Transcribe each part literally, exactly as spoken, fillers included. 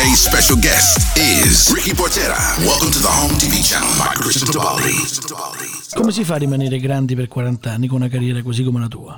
Today's special guest is Ricky Portera. Welcome to the Home T V channel by Christian Tabali. Come si fa a rimanere grandi per quaranta anni con una carriera così come la tua?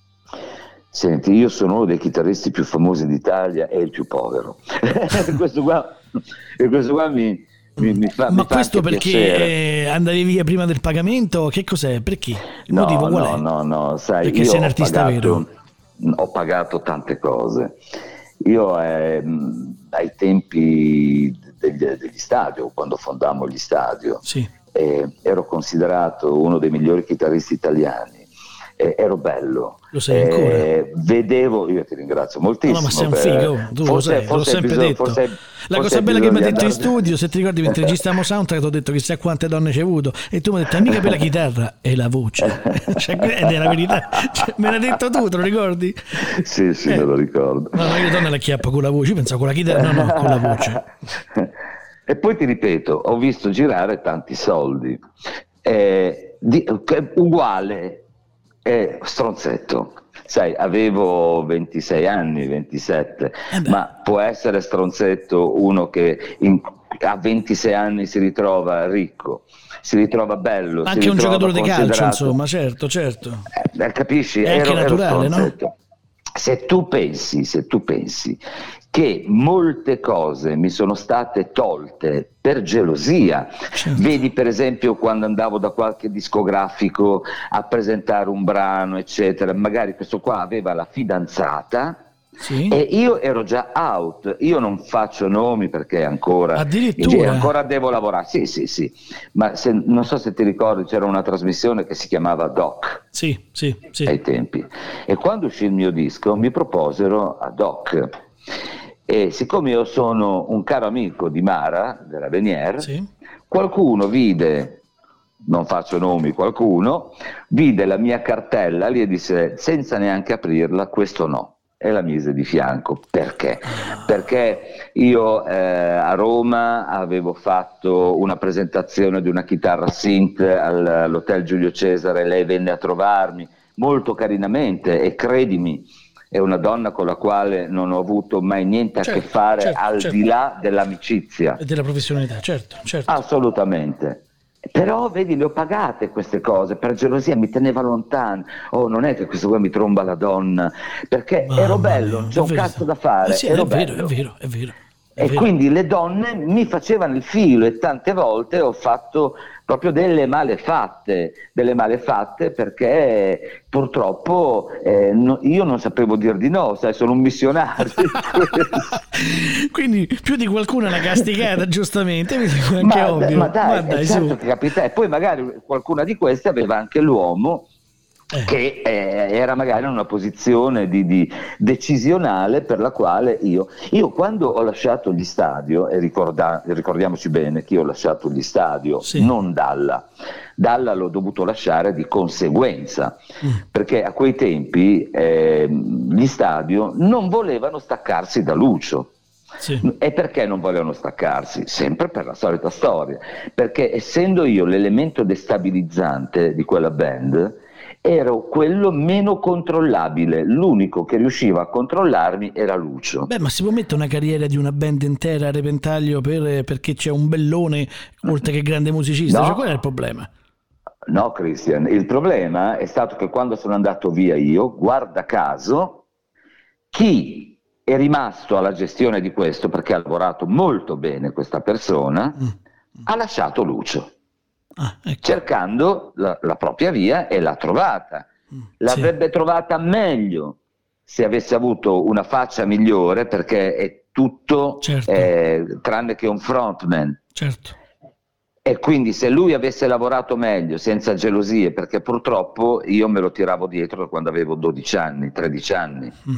Senti, io sono uno dei chitarristi più famosi d'Italia e il più povero. questo qua, questo qua mi, mi, mi fa Ma mi fa questo anche perché piacere. andavi via prima del pagamento? Che cos'è? Perché? Il No, motivo qual no, è? no, no, sai, Perché io sei un ho artista pagato, vero. ho pagato tante cose. Io eh, ai tempi degli, degli stadio, quando fondammo gli stadio, Sì. eh, ero considerato uno dei migliori chitarristi italiani. Eh, ero bello, Lo sei ancora? eh, vedevo, io ti ringrazio moltissimo. No, ma sei un per- figo, tu lo forse- sai, te l'ho forse sempre bisogna- detto. forse- La forse cosa bella che mi ha bisogna detto in andare- studio, se ti ricordi, mentre registriamo Soundtrack, ti ho detto chissà quante donne ci hai avuto, e tu mi hai detto mica per la chitarra, è la voce. Cioè, ed è la verità. Cioè, me l'hai detto tu, te lo ricordi? Sì, sì, Eh. me lo ricordo. No, no, io donne la chiappa con la voce, io pensavo con la chitarra, no, no, con la voce. E poi ti ripeto, ho visto girare tanti soldi. Eh, di- che- uguale, eh, stronzetto. Sai, avevo ventisei anni, ventisette, Eh beh. ma può essere stronzetto uno che in- a ventisei anni si ritrova ricco, si ritrova bello, si Anche un ritrova giocatore di calcio, considerato- insomma, certo, certo. eh, capisci? È anche Ero- ero naturale, no? stronzetto. Se tu pensi, se tu pensi che molte cose mi sono state tolte per gelosia, Certo. vedi per esempio quando andavo da qualche discografico a presentare un brano, eccetera, magari questo qua aveva la fidanzata. Sì. E io ero già out, io non faccio nomi perché ancora, Addirittura? ancora devo lavorare, sì sì sì, ma se, non so se ti ricordi, c'era una trasmissione che si chiamava Doc Sì, sì, sì. ai tempi, e quando uscì il mio disco mi proposero a Doc, e siccome io sono un caro amico di Mara, della Venier, Sì. qualcuno vide, non faccio nomi, qualcuno vide la mia cartella lì e disse senza neanche aprirla, questo no. E la mise di fianco. Perché? Perché io eh, a Roma avevo fatto una presentazione di una chitarra synth al- all'Hotel Giulio Cesare, lei venne a trovarmi molto carinamente e credimi, è una donna con la quale non ho avuto mai niente a Certo, che fare certo, al certo. di là dell'amicizia. E della professionalità, certo, certo. Assolutamente. Però vedi, le ho pagate queste cose per gelosia, mi teneva lontano. Oh, non è che questo qua mi tromba la donna, perché Mamma ero bello, mia, non c'è è un vero. cazzo da fare. Eh sì, ero è vero, bello. è vero, è vero. È E vero. quindi le donne mi facevano il filo e tante volte ho fatto proprio delle malefatte, delle malefatte perché purtroppo eh, no- io non sapevo dir di no, sai, sono un missionario. Quindi più di qualcuno l'ha castigata, giustamente, mi sembra anche ma, ovvio. ma dai, Ma dai, è su. certo che capita. E poi magari qualcuna di queste aveva anche l'uomo Eh. che eh, era magari in una posizione di, di decisionale per la quale io, io quando ho lasciato gli stadio, e ricorda- ricordiamoci bene che io ho lasciato gli stadio, Sì. non Dalla, Dalla l'ho dovuto lasciare di conseguenza, Mm. perché a quei tempi eh, gli stadio non volevano staccarsi da Lucio. Sì. E perché non volevano staccarsi? Sempre per la solita storia, perché essendo io l'elemento destabilizzante di quella band, ero quello meno controllabile, l'unico che riusciva a controllarmi era Lucio. Beh, ma si può mettere una carriera di una band intera a repentaglio per- perché c'è un bellone oltre che grande musicista? No. Cioè, qual è il problema? No, Christian, il problema è stato che quando sono andato via io, guarda caso, chi è rimasto alla gestione di questo, perché ha lavorato molto bene questa persona, Mm. ha lasciato Lucio, Ah, ecco. cercando la, la propria via, e l'ha trovata. Mm, L'avrebbe sì. trovata meglio se avesse avuto una faccia migliore, perché è tutto Certo. eh, tranne che un frontman. Certo. E quindi se lui avesse lavorato meglio, senza gelosie, perché purtroppo io me lo tiravo dietro da quando avevo dodici anni, tredici anni. Mm.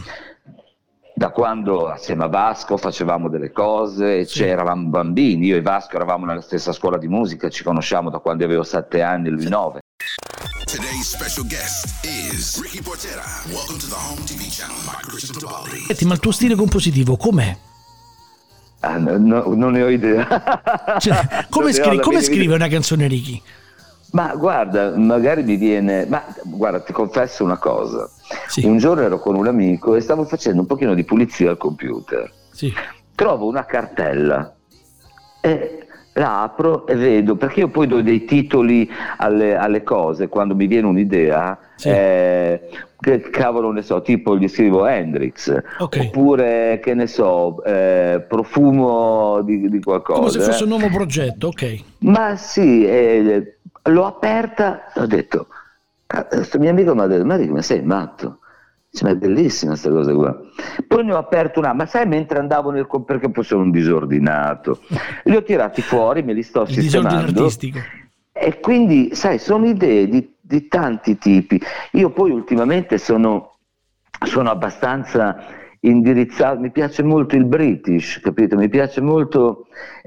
Da quando assieme a Vasco facevamo delle cose, e Sì. c'eravamo bambini, io e Vasco eravamo nella stessa scuola di musica, ci conosciamo da quando avevo sette anni e lui nove. Today's special guest is Ricky Portera. Welcome to the Home T V channel by Christian Tabali. Senti, ma il tuo stile compositivo com'è? Ah, no, no, non ne ho idea. Cioè, come, Non ne ho scri- la come minima scrive idea. una canzone, Ricky? Ma guarda, magari mi viene, ma guarda, ti confesso una cosa. Sì. Un giorno ero con un amico e stavo facendo un pochino di pulizia al computer. Sì. trovo una cartella e la apro e vedo, perché io poi do dei titoli alle, alle cose quando mi viene un'idea, sì. eh, che cavolo ne so, tipo gli scrivo Hendrix, okay. Oppure che ne so, eh, profumo di, di qualcosa. Come se fosse eh. un nuovo progetto, ok. Ma sì, eh, l'ho aperta e ho detto, questo mio amico mi ha detto, ma sei matto? Ma è bellissima questa cosa qua. Poi ne ho aperto una, ma sai, mentre andavo nel perché poi sono un disordinato, li ho tirati fuori, me li sto il sistemando e quindi sai, sono idee di, di tanti tipi. Io poi ultimamente sono, sono abbastanza indirizzato, mi piace molto il British, capito? Mi piace molto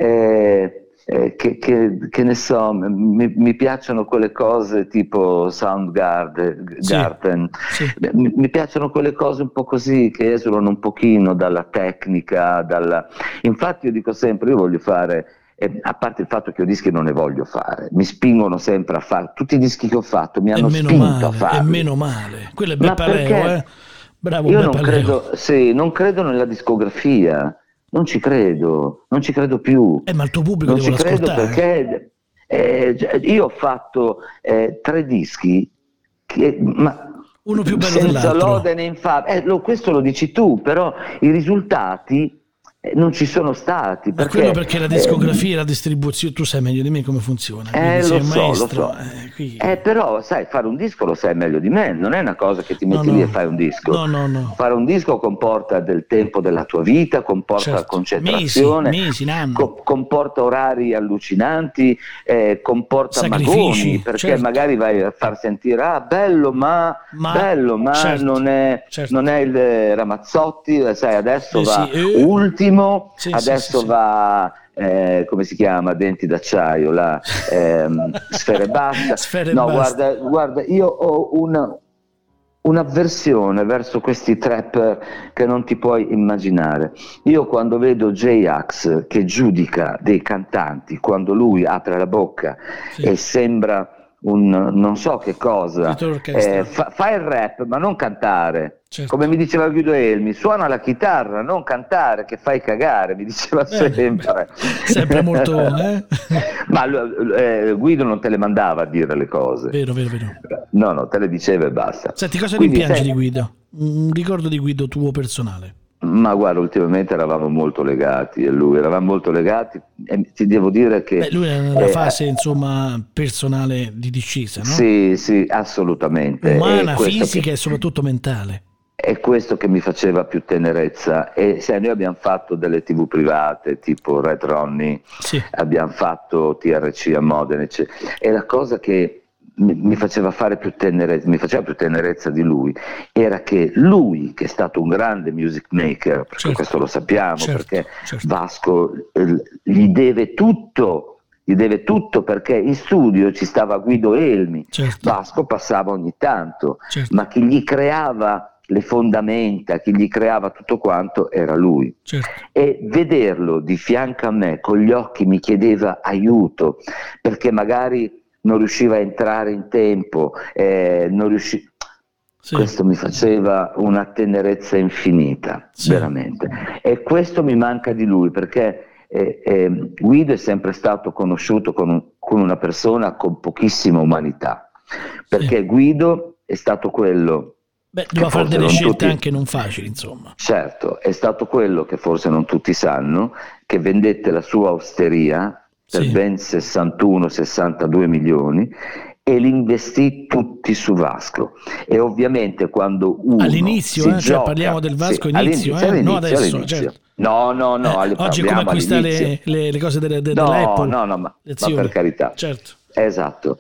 eh, Eh, che, che, che ne so, mi, mi piacciono quelle cose tipo Soundgarden, sì, sì. Mi, mi piacciono quelle cose un po' così che esulano un pochino dalla tecnica, dalla... infatti io dico sempre, io voglio fare, eh, a parte il fatto che io dischi non ne voglio fare, mi spingono sempre a fare, tutti i dischi che ho fatto mi hanno spinto male, a farli. E meno male, quello è Beppaleo, eh? Bravo, io non credo, sì, non credo nella discografia. Non ci credo, non ci credo più. Eh, ma il tuo pubblico non deve ci credo ascoltare. Perché eh, io ho fatto eh, tre dischi, che, ma uno più bello senza dell'altro. lode né infame. Eh, lo, questo lo dici tu, però i risultati eh, non ci sono stati. Ma perché, quello perché la discografia e eh, la distribuzione, tu sai meglio di me come funziona. Eh, sei lo un so, maestro. lo so. Eh, qui... eh, però sai, fare un disco lo sai meglio di me, non è una cosa che ti metti no, lì no. e fai un disco. No, no, no. Fare un disco comporta del tempo della tua vita, comporta certo. concentrazione, mesi, mesi, co- comporta orari allucinanti, eh, comporta sacrifici, magoni, perché certo. magari vai a far sentire ah bello ma, ma bello ma certo, non, è, certo. non è il Ramazzotti, sai, adesso eh, va sì, eh. ultimo, sì, adesso sì, va eh, come si chiama, denti d'acciaio, la ehm, sfere basta. Sfere no basta. guarda, guarda io ho una un'avversione verso questi trapper che non ti puoi immaginare. Io quando vedo J-Ax che giudica dei cantanti, quando lui apre la bocca sì. e sembra un non so che cosa, eh, fa, fa il rap ma non cantare, certo. Come mi diceva Guido Elmi, suona la chitarra, non cantare che fai cagare, mi diceva bene, sempre beh, sempre molto eh? ma eh, Guido non te le mandava a dire le cose, vero vero vero no no te le diceva e basta. Senti, cosa Quindi, rimpiangi se... di Guido? Un ricordo di Guido tuo personale? Ma guarda, ultimamente eravamo molto legati e lui, eravamo molto legati e ti devo dire che... Beh, lui è nella eh, fase, insomma, personale di discesa, no? Sì, sì, assolutamente. Umana, fisica che, e soprattutto mentale. È questo che mi faceva più tenerezza. E sai, noi abbiamo fatto delle tivù private, tipo Red Ronnie, sì. abbiamo fatto T R C a Modena, eccetera. E la cosa che... mi faceva fare più tenerezza, mi faceva più tenerezza di lui era che lui, che è stato un grande music maker, perché certo. questo lo sappiamo, certo, perché certo. Vasco eh, gli deve tutto, gli deve tutto perché in studio ci stava Guido Elmi, certo. Vasco passava ogni tanto, certo. ma chi gli creava le fondamenta, chi gli creava tutto quanto era lui, certo. e vederlo di fianco a me con gli occhi mi chiedeva aiuto perché magari non riusciva a entrare in tempo, eh, non riusci... sì. Questo mi faceva una tenerezza infinita, sì. veramente. E questo mi manca di lui, perché eh, eh, Guido è sempre stato conosciuto con, un, con una persona con pochissima umanità, perché sì. Guido è stato quello... Beh, doveva fare delle scelte tutti... anche non facili, insomma. Certo, è stato quello che forse non tutti sanno, che vendette la sua osteria per sì. ben sessantuno sessantadue milioni e li investì tutti su Vasco. E ovviamente quando uno all'inizio, si eh, gioca, cioè parliamo del Vasco sì, inizio, all'inizio, eh, all'inizio, no adesso, all'inizio. Certo. no no no eh, oggi è come acquistare le, le, le cose delle, delle, no, dell'Apple, no no ma, ma per carità, certo. esatto.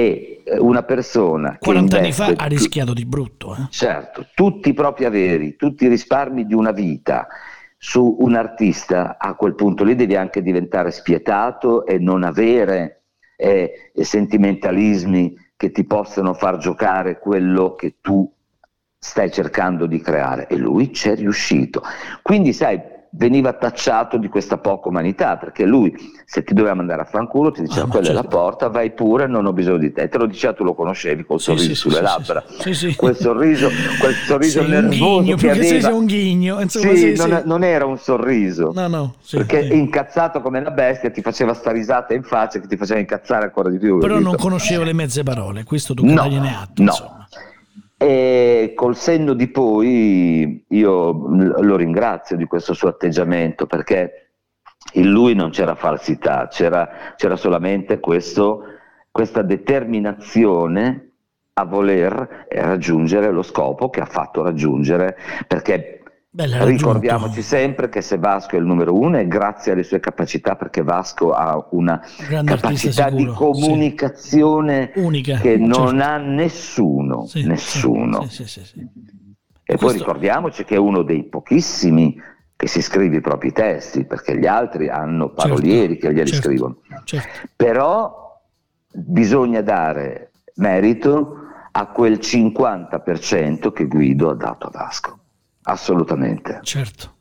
E una persona quaranta che anni fa ha rischiato di brutto, eh? certo, tutti i propri averi, tutti i risparmi di una vita su un artista, a quel punto lì devi anche diventare spietato e non avere eh, sentimentalismi che ti possano far giocare quello che tu stai cercando di creare, e lui c'è riuscito. Quindi sai, veniva tacciato di questa poca umanità, perché lui, se ti doveva mandare a fanculo, ti diceva: ah, quella certo. è la porta, vai pure, non ho bisogno di te. Te lo diceva, tu lo conoscevi col sì, sorriso sì, sulle sì, labbra, sì, sì. quel sorriso, quel sorriso sì, nervoso un ghigno, che aveva. Sei un ghigno, insomma, sì, sì, non, sì. non era un sorriso, no, no, sì, perché sì. incazzato come una bestia ti faceva sta risata in faccia che ti faceva incazzare ancora di più. Però capito? non conoscevo le mezze parole, questo tu no, gliene atto, no. insomma. E col senno di poi io lo ringrazio di questo suo atteggiamento, perché in lui non c'era falsità, c'era, c'era solamente questo, questa determinazione a voler raggiungere lo scopo che ha fatto raggiungere, perché Bella, ricordiamoci sempre che se Vasco è il numero uno è grazie alle sue capacità, perché Vasco ha una grande capacità di sicuro, comunicazione sì. unica, che non certo. ha nessuno, sì, nessuno. Sì, sì, sì, sì. E, e poi questo... ricordiamoci che è uno dei pochissimi che si scrive i propri testi, perché gli altri hanno parolieri certo, che glieli certo, scrivono. Certo. Però bisogna dare merito a quel cinquanta per cento che Guido ha dato a Vasco. Assolutamente. Certo.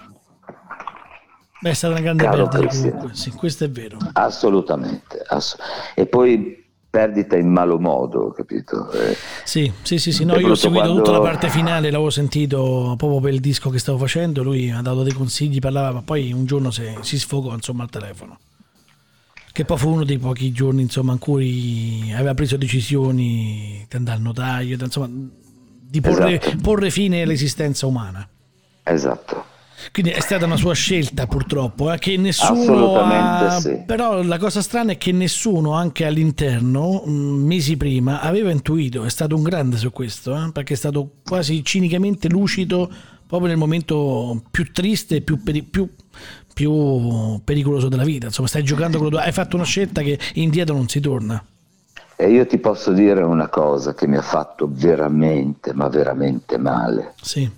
Beh, è stata una grande Caro perdita Cristian. comunque, sì, questo è vero. Assolutamente. Ass- e poi perdita in malo modo, capito? Eh, sì, sì, sì, sì. No, io ho seguito quando... tutta la parte finale, l'avevo sentito proprio per il disco che stavo facendo, lui mi ha dato dei consigli, parlava, ma poi un giorno si, si sfogò, insomma, al telefono. Che poi fu uno dei pochi giorni, insomma, in cui aveva preso decisioni di andare al notaio, insomma, di porre, esatto. porre fine all'esistenza umana. Esatto. Quindi è stata una sua scelta, purtroppo, eh, che nessuno ha... sì. Però la cosa strana è che nessuno, anche all'interno, mesi prima, aveva intuito. È stato un grande su questo, eh, perché è stato quasi cinicamente lucido proprio nel momento più triste e più, peri- più, più pericoloso della vita. Insomma, stai giocando con lo tuo... hai fatto una scelta che indietro non si torna. E io ti posso dire una cosa che mi ha fatto veramente, ma veramente male. Sì.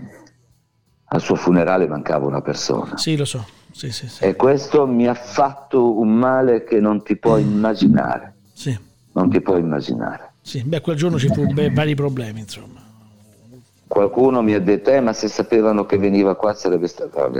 Al suo funerale mancava una persona. Sì, lo so. Sì, sì, sì. E questo mi ha fatto un male che non ti puoi immaginare. Sì. Non ti puoi immaginare. Sì, beh, quel giorno ci fu beh, vari problemi, insomma. Qualcuno mi ha detto, eh, ma se sapevano che veniva qua sarebbe stato...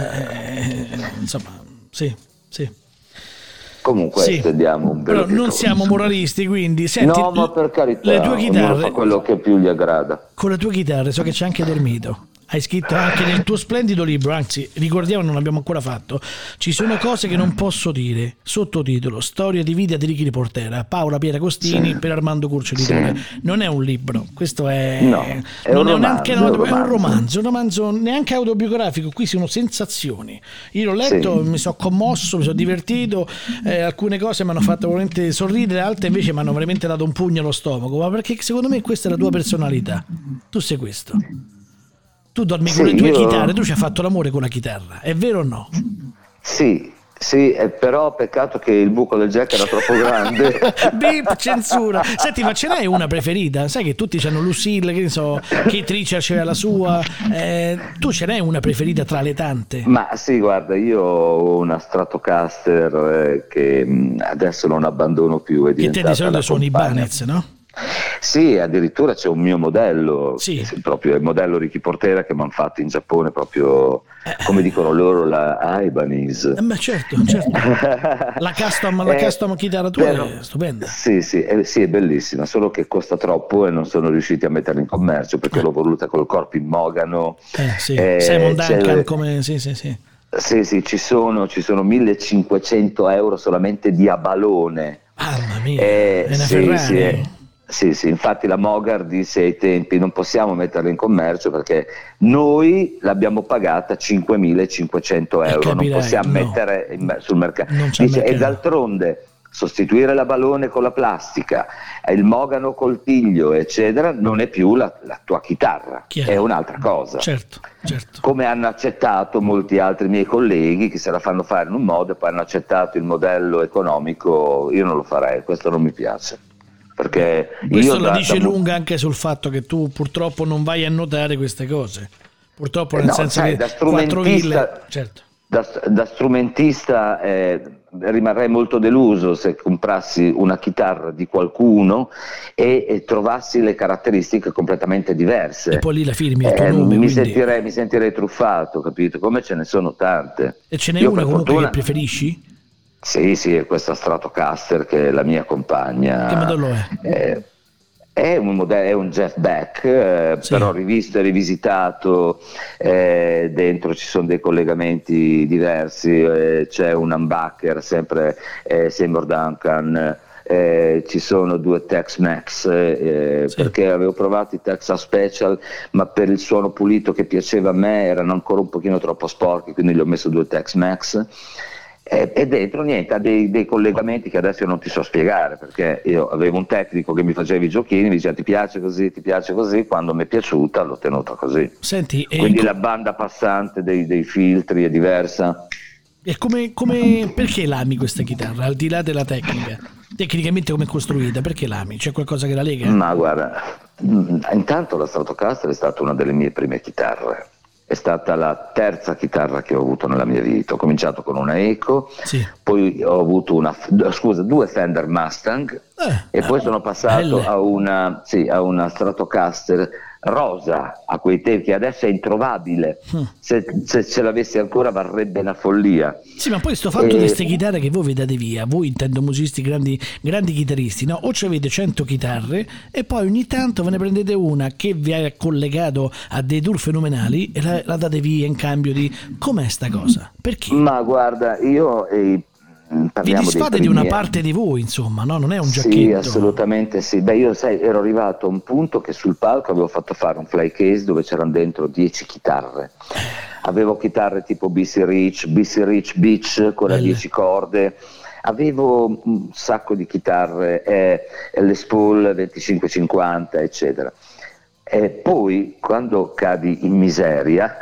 Eh, insomma, sì, sì. Comunque sì. Stendiamo un però non siamo moralisti, quindi senti, no, ma per carità, le tue chitarre fa quello che più gli aggrada. Con le tue chitarre, so che c'è anche dormito. Hai scritto anche nel tuo splendido libro, anzi ricordiamo, non l'abbiamo ancora fatto, ci sono cose che non posso dire, sottotitolo Storia di vita di Ricky Portera, Paola Piera Costini, sì. per Armando Curcio editore. Sì. Non è un libro, questo è, no, è, non un, è, romanzo, neanche, è, un romanzo. è un romanzo, un romanzo neanche autobiografico, qui sono sensazioni. Io l'ho letto, sì. mi sono commosso, mi sono divertito, eh, alcune cose mi hanno fatto veramente sorridere, altre invece mi hanno veramente dato un pugno allo stomaco, ma perché secondo me questa è la tua personalità, tu sei questo. Tu dormi sì, con le tue io... chitarre, tu ci hai fatto l'amore con la chitarra, è vero o no? Sì, sì, eh, però peccato che il buco del jack era troppo grande. Bip, censura. Senti, ma ce n'hai una preferita? Sai che tutti hanno Lucille, che ne so, Keith Richards c'era la sua, eh, tu ce n'hai una preferita tra le tante? Ma sì, guarda, io ho una Stratocaster eh, che mh, adesso non abbandono più. È che te di solito sono i Ibanez, no? Sì, addirittura c'è un mio modello, sì. proprio il modello Ricky Portera che mi hanno fatto in Giappone, proprio come dicono loro la Ibanez. Eh beh, certo, certo. La custom, la eh, custom chitarra tua però, è stupenda. Sì, sì, è, sì, è bellissima, solo che costa troppo e non sono riusciti a metterla in commercio perché eh. l'ho voluta col corpo in mogano. Eh, sì. eh, Simon Duncan come... Sì, sì, sì. Sì, sì, ci sono, ci sono millecinquecento euro solamente di abalone. Mamma mia, eh, è una sì, Ferrari. Sì, eh. Sì, sì, infatti la Mogar disse ai tempi non possiamo metterla in commercio perché noi l'abbiamo pagata cinquemilacinquecento euro, capirai, non possiamo no. mettere in, sul mercato. Dice, e d'altronde sostituire la balone con la plastica, il mogano col piglio, eccetera, non è più la, la tua chitarra, Chiaro. È un'altra cosa. Certo, certo. Come hanno accettato molti altri miei colleghi che se la fanno fare in un modo e poi hanno accettato il modello economico, io non lo farei, questo non mi piace. Perché questo io la da, dice da... lunga anche sul fatto che tu purtroppo non vai a notare queste cose, purtroppo nel no, senso sai, che da strumentista, quattromila certo. Da, da strumentista eh, rimarrei molto deluso se comprassi una chitarra di qualcuno e, e trovassi le caratteristiche completamente diverse. E poi lì la firmi il tuo eh, nome. Mi, quindi... sentirei, mi sentirei truffato, capito? Come ce ne sono tante. E ce n'è Io una per comunque fortuna... che preferisci? Sì, sì, è questa Stratocaster che è la mia compagna. Che modello è? Eh, È un, modello, è un Jeff Beck, eh, Sì. però rivisto e rivisitato, eh, dentro ci sono dei collegamenti diversi, eh, c'è un humbucker, sempre eh, Seymour Duncan, eh, ci sono due Tex-Mex, eh, Sì. perché avevo provato i Texas Special, ma per il suono pulito che piaceva a me erano ancora un pochino troppo sporchi, quindi gli ho messo due Tex-Mex. E dentro niente, ha dei, dei collegamenti che adesso io non ti so spiegare, perché io avevo un tecnico che mi faceva i giochini, mi diceva ti piace così, ti piace così, quando mi è piaciuta l'ho tenuta così. Senti, e Quindi co- la banda passante dei, dei filtri è diversa. E come, come, perché l'ami questa chitarra? Al di là della tecnica, tecnicamente come è costruita, perché l'ami? C'è qualcosa che la lega? Ma guarda, intanto la Stratocaster è stata una delle mie prime chitarre. È stata la terza chitarra che ho avuto nella mia vita. Ho cominciato con una Eco, Sì. poi ho avuto una, scusa, due Fender Mustang Eh, e poi sono passato belle. a una, sì, a una Stratocaster rosa a quei tempi, che adesso è introvabile. Mm. Se, se ce l'avessi ancora varrebbe una follia. Sì, ma poi sto fatto E- di queste chitarre che voi vedete via, voi intendo musicisti, grandi, grandi chitarristi, no? O ci avete cento chitarre e poi ogni tanto ve ne prendete una che vi ha collegato a dei tour fenomenali e la, la date via in cambio di... Com'è sta cosa? Perché? Ma guarda, io eh, Vi parliamo dei disfate di primi- una parte di voi, insomma, no? Non è un Sì, giacchetto. assolutamente sì. Beh, io sai, ero arrivato a un punto che sul palco avevo fatto fare un fly case dove c'erano dentro dieci chitarre. Avevo chitarre tipo B C Rich, B C Rich Beach con le Belle. dieci corde. Avevo un sacco di chitarre, eh, Les Paul venticinque cinquanta, eccetera. E poi quando cadi in miseria,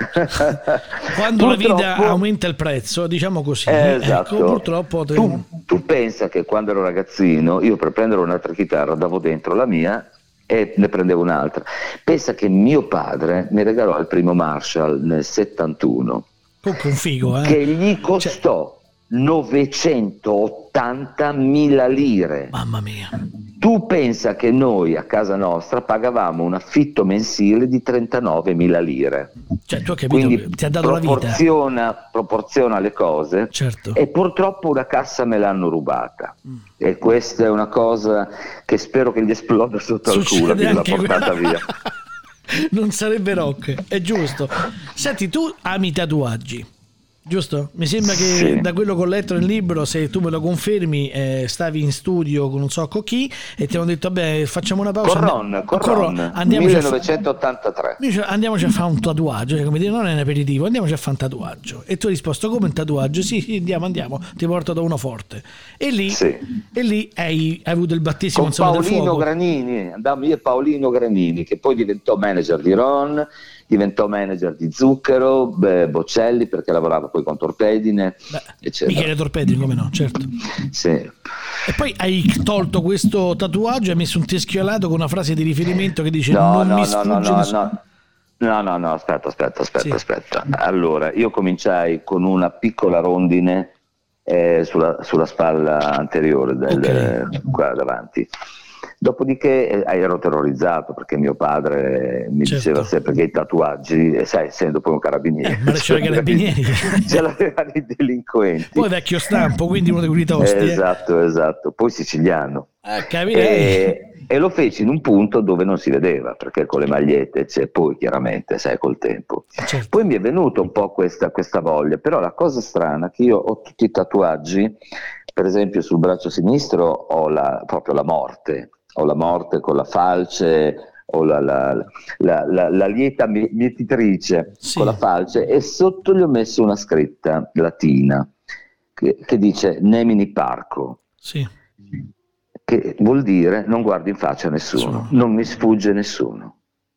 Quando la vita purtroppo- aumenta il prezzo, diciamo così, eh, esatto. ecco, purtroppo... te- tu, tu pensa che quando ero ragazzino io per prendere un'altra chitarra davo dentro la mia e ne prendevo un'altra. Pensa che mio padre mi regalò il primo Marshall nel settantuno Comunque un figo, eh? che gli costò novecentottantamila lire. Mamma mia. Tu pensa che noi a casa nostra pagavamo un affitto mensile di trentanovemila lire. Cioè, tu hai capito, Quindi ti ha dato la vita. proporziona, proporziona le cose. Certo. E purtroppo una cassa me l'hanno rubata. Mm. E questa è una cosa che spero che gli esploda sotto al Succede culo, che l'ha anche portata que- via. Non sarebbe rock, è giusto. Senti, tu ami i tatuaggi, giusto? Mi sembra che Sì. da quello che ho letto nel libro, se tu me lo confermi, eh, stavi in studio con non so con chi e ti hanno detto vabbè facciamo una pausa. Con andiamo- Ron, con con Ron, Ron, andiamoci a fa- millenovecentottantatré. Dice, andiamoci a fare un tatuaggio, cioè, come dire, non è un aperitivo, andiamoci a fare un tatuaggio. E tu hai risposto come un tatuaggio? Sì, sì, andiamo, andiamo, ti porto da uno forte. E lì, Sì. e lì hai, hai avuto il battesimo Con insomma, del Paolino fuoco. Granini, andammo io e Paolino Granini, che poi diventò manager di Ron, diventò manager di Zucchero, beh, Bocelli, perché lavorava poi con Torpedine, Beh, eccetera. Michele Torpedini, come no, certo. Sì. E poi hai tolto questo tatuaggio e hai messo un teschio alato con una frase di riferimento che dice No, non no, mi no, sfugge no, no, nessuno". no. No, no, no, aspetta, aspetta, aspetta, Sì. aspetta. Allora, io cominciai con una piccola rondine eh, sulla, sulla spalla anteriore, del, Ok. qua davanti. Dopodiché eh, ero terrorizzato perché mio padre mi Certo. diceva sempre che i tatuaggi, e sai, essendo poi un carabiniere, Eh, ma c'erano i carabinieri. ce l'avevano i delinquenti. Poi vecchio stampo, quindi uno di quelli tosti. eh. Esatto, esatto. Poi siciliano. Eh, capirei. E, e lo feci in un punto dove non si vedeva, perché con le magliette c'è poi chiaramente, sai, col tempo. Certo. Poi mi è venuta un po' questa, questa voglia, però la cosa strana è che io ho tutti i tatuaggi, per esempio sul braccio sinistro ho la, proprio la morte, ho la morte con la falce, ho la, la, la, la, la lieta mi- mietitrice Sì. con la falce e sotto gli ho messo una scritta latina che, che dice Nemini Parco, Sì. che vuol dire non guardo in faccia a nessuno, Nessuno. non mi sfugge nessuno.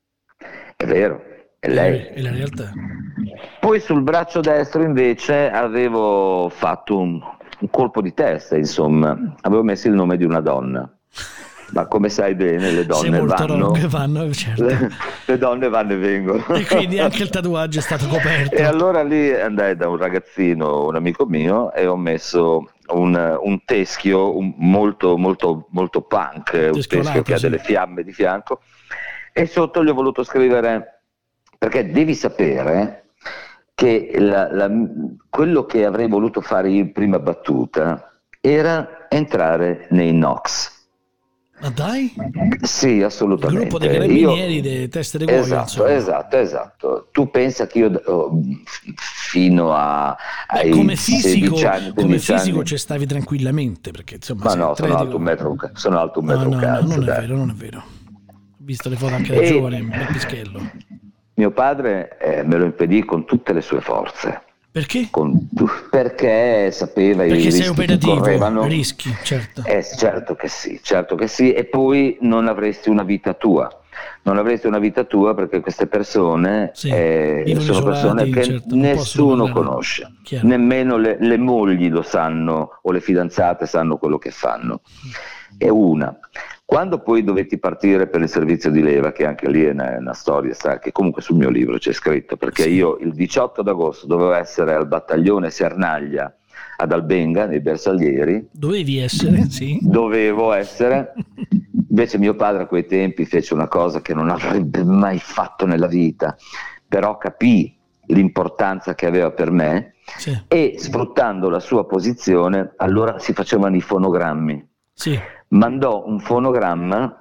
È vero, è lei. È la realtà. Poi sul braccio destro invece avevo fatto un, un colpo di testa, insomma, avevo messo il nome di una donna. ma come sai bene le Sei donne molto vanno, wrong, vanno certo. le, le donne vanno e vengono. E quindi anche il tatuaggio è stato coperto. E allora lì andai da un ragazzino, un amico mio, e ho messo un, un teschio un, molto, molto, molto punk, un teschio Teschiolato, che ha sì. delle fiamme di fianco, e sotto gli ho voluto scrivere, perché devi sapere che la, la, quello che avrei voluto fare io in prima battuta era entrare nei Nox. Ma dai? Sì, Il assolutamente. gruppo dei carabinieri dei teste dei cuoio, Esatto, insomma. esatto, esatto. Tu pensa che io oh, fino a Beh, ai come fisico, sedici anni, come quindici fisico anni, ci stavi tranquillamente, perché insomma ma sei no, sono atletico. alto un metro, un ca- sono alto un No, metro no, un no, cazzo, non è dai. vero, non è vero. Ho visto le foto anche da E- giovane, un bel pischello. Mio padre eh, me lo impedì con tutte le sue forze, Perché? con tu- perché sapeva i Perché sei rischi che operativo, correvano. rischi, certo. Eh, certo che sì, certo che sì, e poi non avresti una vita tua. Non avresti una vita tua perché queste persone Sì, eh, vivono sono persone isolati, che certo, non possono nessuno parlare. conosce, Chiaro. nemmeno le, le mogli lo sanno o le fidanzate sanno quello che fanno. È una. Quando poi dovetti partire per il servizio di leva, che anche lì è una, una storia, sa, che comunque sul mio libro c'è scritto, perché Sì. io il diciotto d'agosto dovevo essere al battaglione Sernaglia ad Albenga, nei Bersaglieri, Dovevi essere, sì. dovevo essere, invece mio padre a quei tempi fece una cosa che non avrebbe mai fatto nella vita, però capì l'importanza che aveva per me, Sì, e sfruttando la sua posizione, allora si facevano i fonogrammi, sì. mandò un fonogramma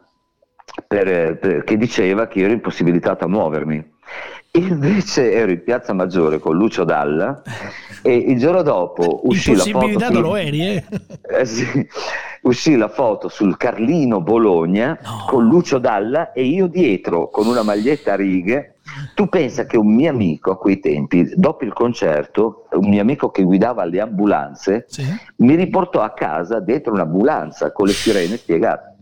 per, per- che diceva che ero impossibilitato a muovermi. Io invece ero in Piazza Maggiore con Lucio Dalla, e il giorno dopo uscì la foto Impossibilitato sul- lo eri, eh? eh sì, uscì la foto sul Carlino Bologna No. con Lucio Dalla e io dietro con una maglietta a righe. Tu pensa che un mio amico a quei tempi, dopo il concerto, un mio amico che guidava le ambulanze, Sì. mi riportò a casa dentro un'ambulanza con le sirene spiegate,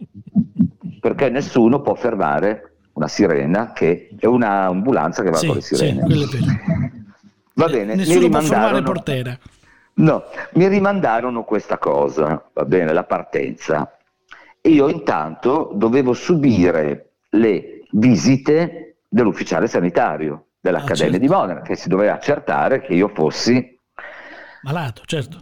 perché nessuno può fermare una sirena, che è un'ambulanza che va Sì, con le sì, sirene. quello è vero. Va Eh, bene, mi nessuno può fermare il rimandarono, portiere. no, mi rimandarono questa cosa, va bene, la partenza. E io intanto dovevo subire le visite dell'ufficiale sanitario dell'Accademia Ah, certo. di Modena, che si doveva accertare che io fossi. Malato, certo.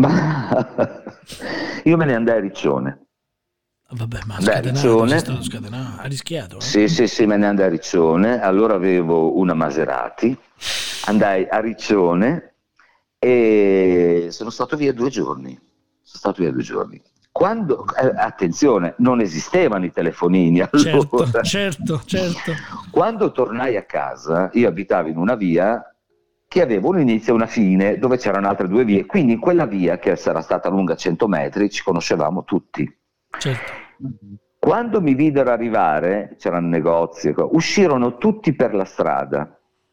Ma io me ne andai a Riccione. Vabbè, ma Beh, scatenato, Riccione. sei stato scatenato, ha rischiato. Eh? Sì, sì, sì, me ne andai a Riccione. Allora avevo una Maserati, andai a Riccione e sono stato via due giorni. Sono stato via due giorni. Quando, eh, attenzione, non esistevano i telefonini allora. Certo, certo, certo. Quando tornai a casa, io abitavo in una via che aveva un inizio e una fine, dove c'erano altre due vie, quindi in quella via, che sarà stata lunga cento metri, ci conoscevamo tutti. Certo. Quando mi videro arrivare, c'erano negozi, uscirono tutti per la strada.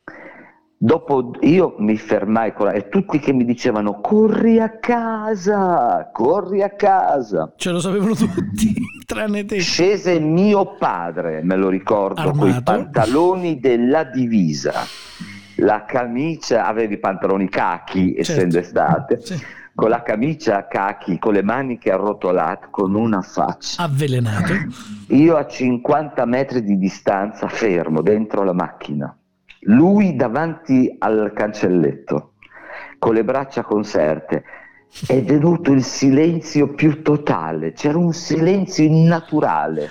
Dopo io mi fermai con la, e tutti che mi dicevano corri a casa, corri a casa. Ce lo sapevano tutti, tranne te. Scese mio padre, me lo ricordo, con i Armato. pantaloni della divisa, la camicia, aveva i pantaloni cachi, essendo Certo. estate, Sì. con la camicia a cachi, con le maniche arrotolate, con una faccia. Avvelenato. Io a cinquanta metri di distanza, fermo dentro la macchina, lui davanti al cancelletto, con le braccia conserte. È venuto il silenzio più totale, c'era un silenzio innaturale.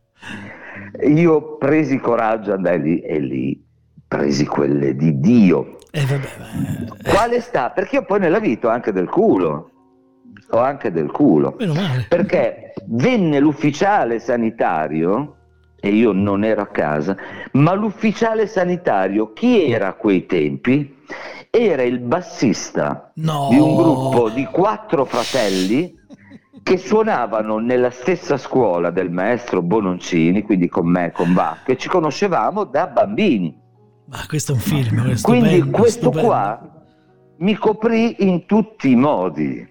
Io presi coraggio, andai lì e lì presi quelle di Dio. Eh, vabbè, Quale sta? Perché io poi nella vita ho anche del culo, ho anche del culo, meno male. perché venne l'ufficiale sanitario e io non ero a casa, ma l'ufficiale sanitario, chi era a quei tempi? Era il bassista No. di un gruppo di quattro fratelli che suonavano nella stessa scuola del maestro Bononcini, quindi con me, con Bach, che ci conoscevamo da bambini. Ma questo è un film, è Quindi stupendo, questo stupendo. qua mi coprì in tutti i modi,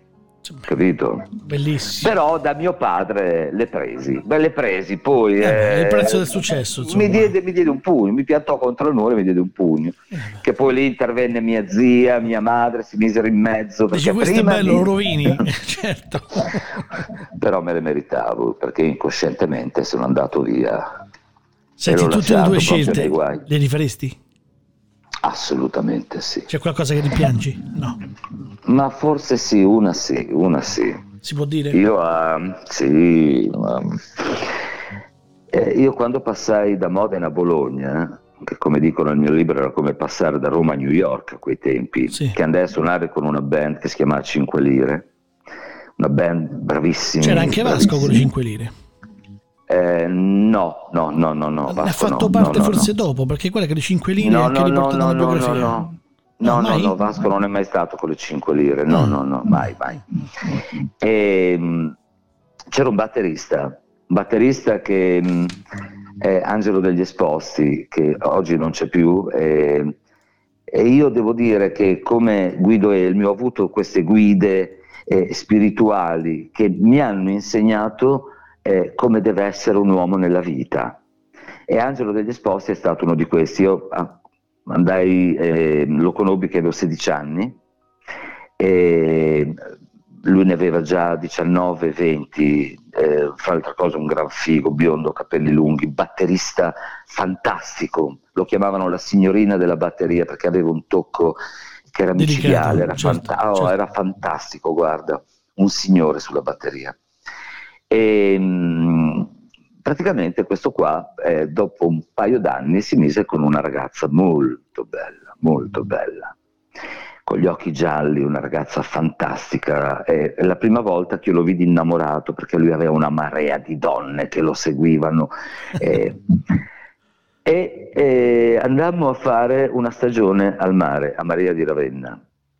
capito? Bellissimo. Però da mio padre le presi, beh, le presi, poi eh, eh, il prezzo del successo, insomma. mi diede, mi diede un pugno, mi piantò contro il muro e mi diede un pugno, eh, che poi lì intervenne mia zia, mia madre, si misero in mezzo. Dici, questo è bello, mi... lo rovini. Certo. Però me le meritavo, perché incoscientemente sono andato via. Senti, tutte le tue scelte le rifaresti? Assolutamente sì. C'è qualcosa che rimpiangi? No. Ma forse sì, una sì, una sì. Si può dire? Io, uh, sì, um, eh, io quando passai da Modena a Bologna, che come dicono nel mio libro era come passare da Roma a New York a quei tempi, sì. che andai a suonare con una band che si chiamava Cinque Lire, una band bravissima. C'era anche Vasco con le Cinque Lire? Eh, no, no, no, no, no. Ha Vasco, fatto no, parte no, forse no. dopo, perché quella che le Cinque Lire no, anche no, riportata no, nella no, biografia. no, no. No, No, no, mai? no, Vasco non è mai stato con le Cinque Lire, no, Mm. no, no, mai, mai. E, mh, c'era un batterista, un batterista che mh, è Angelo degli Esposti, che oggi non c'è più, e, e io devo dire che come Guido Elmi ho avuto queste guide eh, spirituali che mi hanno insegnato eh, come deve essere un uomo nella vita. E Angelo degli Esposti è stato uno di questi. Io ah, andai, eh, lo conobbi che avevo sedici anni, e lui ne aveva già diciannove venti, eh, fra l'altra cosa un gran figo, biondo, capelli lunghi, batterista fantastico, lo chiamavano la signorina della batteria perché aveva un tocco che era micidiale, era, certo, fanta- oh, certo. era fantastico, guarda, un signore sulla batteria. E mh, praticamente questo qua, eh, dopo un paio d'anni, si mise con una ragazza molto bella, molto bella, con gli occhi gialli, una ragazza fantastica. È la prima volta che io lo vidi innamorato, perché lui aveva una marea di donne che lo seguivano. eh, e eh, andammo a fare una stagione al mare, a Maria di Ravenna.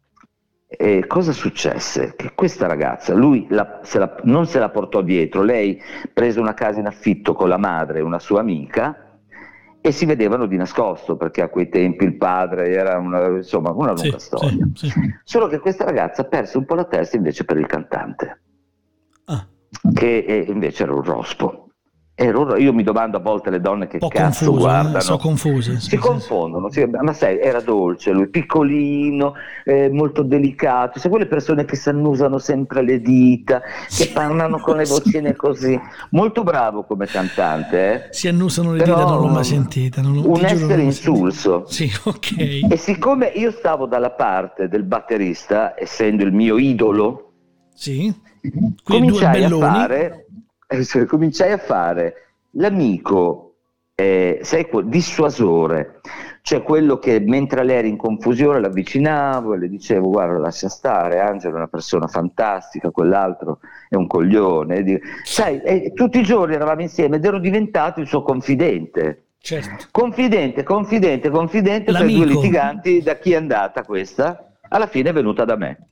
E cosa successe? Che questa ragazza, lui la, se la, non se la portò dietro, lei prese una casa in affitto con la madre e una sua amica e si vedevano di nascosto, perché a quei tempi il padre era una, insomma, una lunga sì, storia. Sì, sì. Solo che questa ragazza perse un po' la testa invece per il cantante, Ah. che eh, invece era un rospo. Ero, io mi domando a volte le donne che Un po' cazzo confuse, guardano, eh? Sono confuse. si Sì, confondono, sì, ma sai, era dolce lui, piccolino, eh, molto delicato, sai quelle persone che si annusano sempre le dita, sì. che parlano con le vocine così, molto bravo come cantante, eh? Si annusano le Però, dita, non l'ho mai sentita. Non, un ti giuro, essere non l'ho insulso. Sì, ok. E siccome io stavo dalla parte del batterista, essendo il mio idolo, Sì. Quindi due cominciai a belloni. fare, eh, cominciai a fare l'amico, eh, sai, dissuasore, cioè quello che mentre lei era in confusione l'avvicinavo e le dicevo: guarda, lascia stare, Angelo è una persona fantastica, quell'altro è un coglione. E, sai, e tutti i giorni eravamo insieme ed ero diventato il suo confidente. Certo. Confidente, confidente, confidente, per due litiganti. Da chi è andata questa? Alla fine è venuta da me.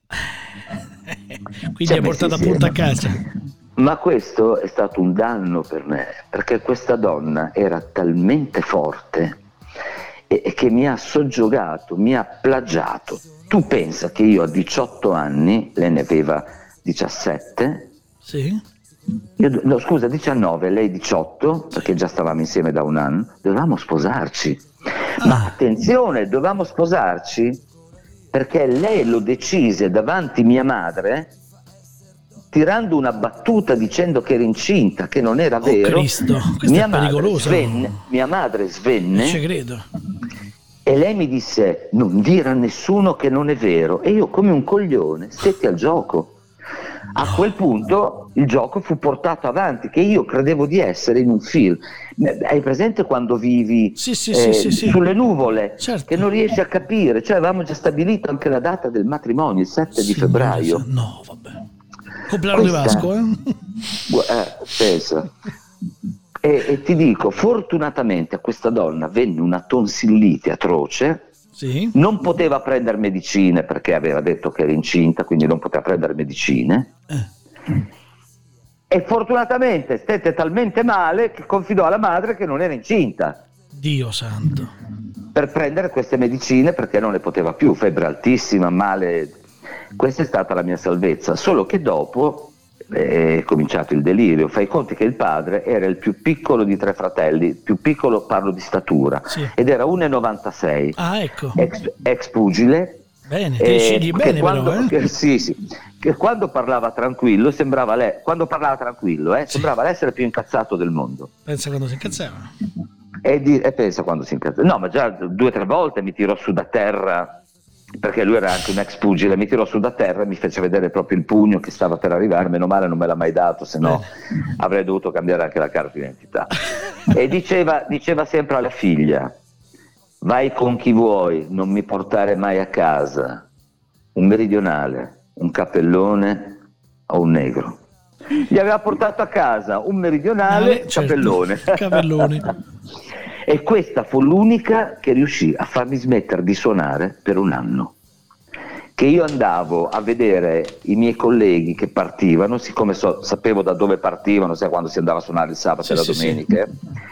Quindi cioè, hai portato appunto a casa. Ma questo è stato un danno per me, perché questa donna era talmente forte e, e che mi ha soggiogato, mi ha plagiato. Tu pensa che io a diciotto anni, lei ne aveva diciassette, sì. Io, no, scusa, diciannove, lei diciotto, perché già stavamo insieme da un anno, dovevamo sposarci. Ah. Ma attenzione, dovevamo sposarci perché lei lo decise davanti mia madre, tirando una battuta dicendo che era incinta, che non era oh, vero. Cristo, questo mia è pericoloso. Madre svenne, mia madre svenne. Ci credo. E lei mi disse: non dire a nessuno che non è vero. E io, come un coglione, stetti al gioco. A no. quel punto il gioco fu portato avanti, che io credevo di essere in un film. Hai presente quando vivi sì, sì, eh, sì, sì, sulle nuvole, certo. che non riesci a capire? Cioè avevamo già stabilito anche la data del matrimonio, il sette sì, di febbraio. No, vabbè. Compleanno di Vasco, eh? eh pensa. E, e ti dico, fortunatamente a questa donna venne una tonsillite atroce. Sì. Non poteva prendere medicine perché aveva detto che era incinta, quindi non poteva prendere medicine. Eh. E fortunatamente stette talmente male che confidò alla madre che non era incinta. Dio santo. Per prendere queste medicine, perché non ne poteva più, febbre altissima, male. Questa è stata la mia salvezza, solo che dopo è cominciato il delirio. Fai conti che il padre era il più piccolo di tre fratelli, più piccolo parlo di statura, Sì. ed era uno e novantasei, Ah, ecco. ex, ex pugile. Bene, te eh, scegli che bene quando, però, eh? che, sì, sì, che quando parlava tranquillo sembrava lei, quando parlava tranquillo, eh, Sì. sembrava l'essere più incazzato del mondo. Pensa quando si incazzava. E, di, e pensa quando si incazza. No, ma già due o tre volte mi tirò su da terra, perché lui era anche un ex pugile, mi tirò su da terra e mi fece vedere proprio il pugno che stava per arrivare. Meno male non me l'ha mai dato, se no avrei dovuto cambiare anche la carta d'identità. E diceva, diceva sempre alla figlia: vai con chi vuoi, non mi portare mai a casa un meridionale, un cappellone o un negro. Gli aveva portato a casa un meridionale, Ah, certo. cappellone. Capellone. E questa fu l'unica che riuscì a farmi smettere di suonare per un anno. Che io andavo a vedere i miei colleghi che partivano, siccome so, sapevo da dove partivano, sai, quando si andava a suonare il sabato Sì, e la sì, domenica,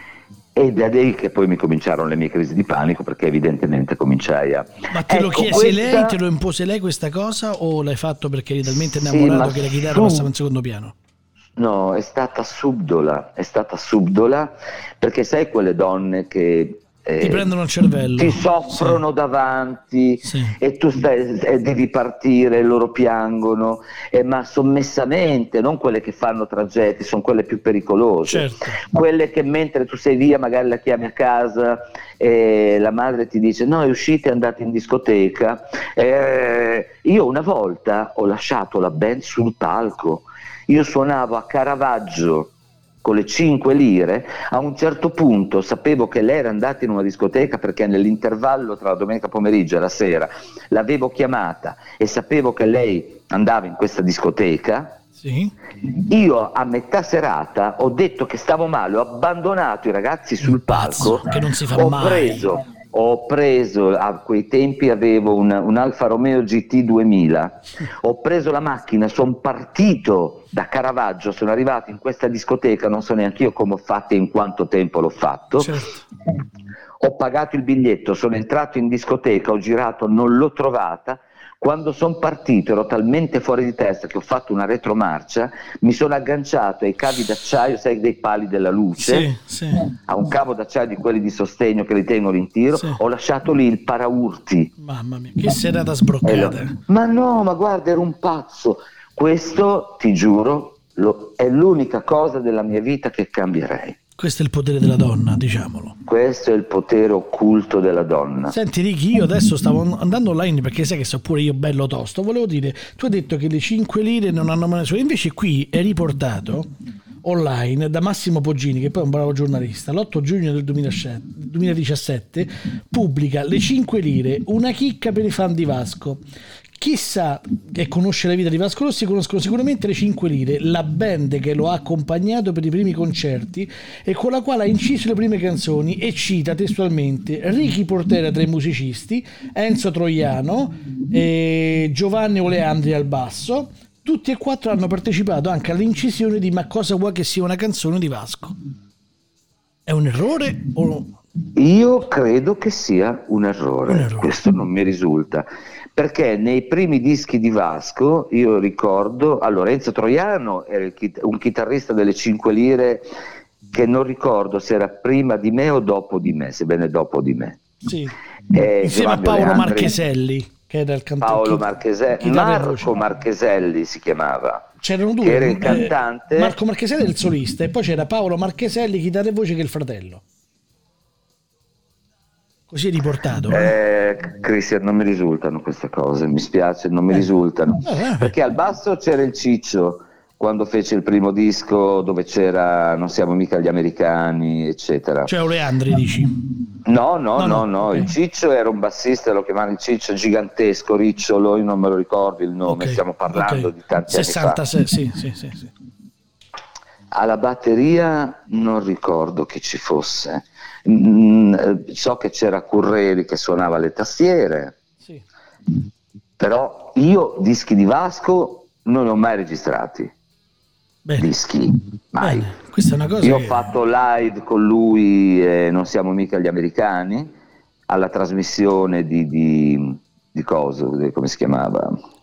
e da lì che poi mi cominciarono le mie crisi di panico, perché evidentemente cominciai a... Ma te lo Ecco, chiesi questa... lei, te lo impose lei questa cosa, o l'hai fatto perché eri talmente Sì, innamorato ma che la chitarra su- passava in secondo piano? No, è stata subdola, è stata subdola, perché sai quelle donne che eh, Ti prendono il cervello. ti soffrono davanti, Sì. e tu stai, e devi partire, loro piangono, eh, ma sommessamente, non quelle che fanno tragetti, sono quelle più pericolose. Certo. Quelle che mentre tu sei via magari la chiami a casa e la madre ti dice no, è uscita, è andata in discoteca. Eh, io una volta ho lasciato la band sul palco. Io suonavo a Caravaggio con le cinque lire, a un certo punto sapevo che lei era andata in una discoteca, perché nell'intervallo tra la domenica pomeriggio e la sera l'avevo chiamata e sapevo che lei andava in questa discoteca. Sì. Io a metà serata ho detto che stavo male, ho abbandonato i ragazzi sul Pazzo, palco, che non si fa ho mai. preso Ho preso, a quei tempi avevo un, un Alfa Romeo G T duemila, ho preso la macchina, sono partito da Caravaggio, sono arrivato in questa discoteca, non so neanche io come ho fatto e in quanto tempo l'ho fatto. Certo. Ho pagato il biglietto, sono entrato in discoteca, ho girato, non l'ho trovata. Quando sono partito ero talmente fuori di testa che ho fatto una retromarcia, mi sono agganciato ai cavi d'acciaio, sai, dei pali della luce, Sì, sì. a un cavo d'acciaio di quelli di sostegno che li tengono in tiro, Sì. ho lasciato lì il paraurti. Mamma mia, che serata E sbroccata. lo- ma no, ma guarda, ero un pazzo. Questo, ti giuro, lo- è l'unica cosa della mia vita che cambierei. Questo è il potere della donna, diciamolo. Questo è il potere occulto della donna. Senti Ricky, io adesso stavo andando online perché sai che so pure io bello tosto. Volevo dire, tu hai detto che le cinque lire non hanno mai nessuno, invece qui è riportato online da Massimo Poggini, che poi è un bravo giornalista, l'otto giugno del duemiladiciassette pubblica Le cinque lire, una chicca per i fan di Vasco. Chissà che conosce la vita di Vasco Rossi, conoscono sicuramente Le cinque lire, la band che lo ha accompagnato per i primi concerti e con la quale ha inciso le prime canzoni, e cita testualmente Ricky Portera tra i musicisti, Enzo Troiano, e Giovanni Oleandri al basso. Tutti e quattro hanno partecipato anche all'incisione di Ma cosa vuoi che sia una canzone di Vasco. È un errore o... Io credo che sia un errore, Un errore. questo non mi risulta, perché nei primi dischi di Vasco io ricordo, allora Enzo Troiano era il chit- un chitarrista delle cinque lire che non ricordo se era prima di me o dopo di me, sebbene dopo di me. Sì. Eh, Insieme a Giovanni Paolo Oleandri, Marcheselli, che era il cantante. Paolo Marcheselli, Marco Marcheselli si chiamava. C'erano due, che era il eh, cantante. Marco Marcheselli è il solista e poi c'era Paolo Marcheselli, chitarra e voce, che è il fratello. Così è riportato. Eh? Eh, Cristian, non mi risultano queste cose, mi spiace, non mi Eh. risultano. Eh, eh. Perché al basso c'era il Ciccio quando fece il primo disco, dove c'era Non siamo mica gli americani, eccetera. Cioè Oleandri, dici? No, no, No, no, no, no, ok. il Ciccio era un bassista, lo chiamavano il Ciccio, gigantesco, ricciolo, io non me lo ricordo il nome, Ok, stiamo parlando ok. di tanti anni fa. sessantasei, sì, sì, sì, sì. Alla batteria non ricordo chi ci fosse. Mm, eh, so che c'era Curreri che suonava le tastiere, Sì. però io dischi di Vasco non li ho mai registrati. Bene. Dischi, mai. Bene. Questa è una cosa Io ho che- fatto live con lui, eh, Non siamo mica gli americani, alla trasmissione di, di, di coso, di- come si chiamava?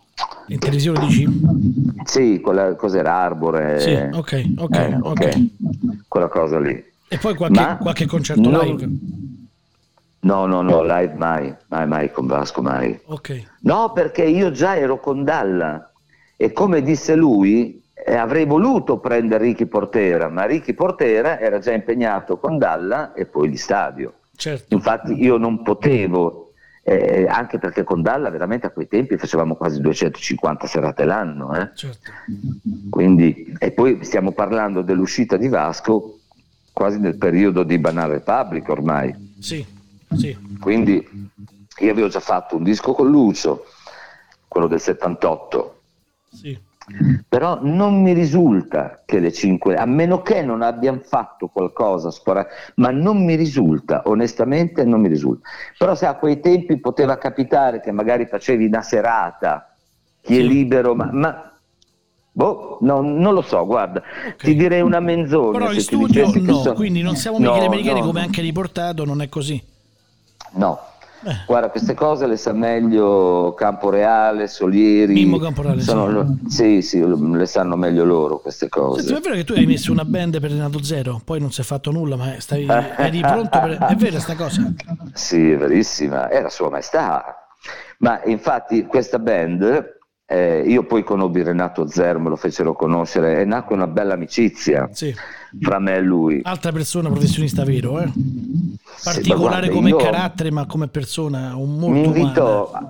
In televisione dici? Sì, quella cos'era Arbore. Sì, ok, ok, eh, ok. okay. Quella cosa lì. E poi qualche, Ma qualche concerto non, live? No, no, no, live mai, mai, mai con Vasco, mai. Ok. No, perché io già ero con Dalla e come disse lui, eh, avrei voluto prendere Ricky Portera, ma Ricky Portera era già impegnato con Dalla e poi gli Stadio. Certo. Infatti io non potevo, eh, anche perché con Dalla veramente a quei tempi facevamo quasi duecentocinquanta serate l'anno. Eh? Certo. Quindi, e poi stiamo parlando dell'uscita di Vasco quasi nel periodo di Banana Republic ormai. Sì, sì. Quindi io avevo già fatto un disco con Lucio, quello del settantotto. Sì. Però non mi risulta che le cinque, a meno che non abbiano fatto qualcosa, ma non mi risulta, onestamente non mi risulta. Però se a quei tempi poteva capitare che magari facevi una serata, chi sì. è libero, ma, ma boh, no, non lo so, guarda, okay. ti direi una menzogna. Però in se studio ti no, sono... quindi non siamo Michele no, Mericheli no, come no. anche riportato, non è così. No. Eh. Guarda, queste cose le sa meglio Camporeale, Solieri. Mimmo Camporeale, sono, sì. sì, sì, le sanno meglio loro queste cose. Senti, è vero che tu hai messo una band per Renato Zero, poi non si è fatto nulla, ma stavi, eri pronto per... È vera sta cosa? Sì, è verissima, era Sua Maestà. Ma infatti questa band, eh, io poi conobbi Renato Zero, me lo fecero conoscere e nacque una bella amicizia sì. fra me e lui. Altra persona professionista vero, eh? Particolare sì, come io... carattere, ma come persona un molto mi invitò umana.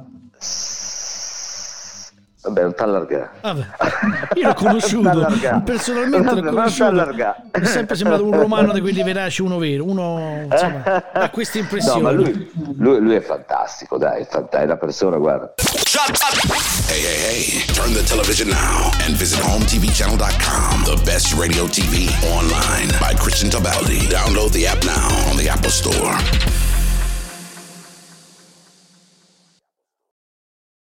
Vabbè, non t'allargare. Vabbè, io l'ho conosciuto personalmente, l'ho conosciuto. Mi è sempre sembrato un romano di quelli veraci, uno vero, uno insomma, ha questa impressione. No, ma lui, lui, lui è fantastico, dai, è, fant- è una persona, guarda. Hey, hey, hey, turn the television now and visit home t v channel dot com, the best radio T V online by Christian Tabaldi. Download the app now on the Apple Store.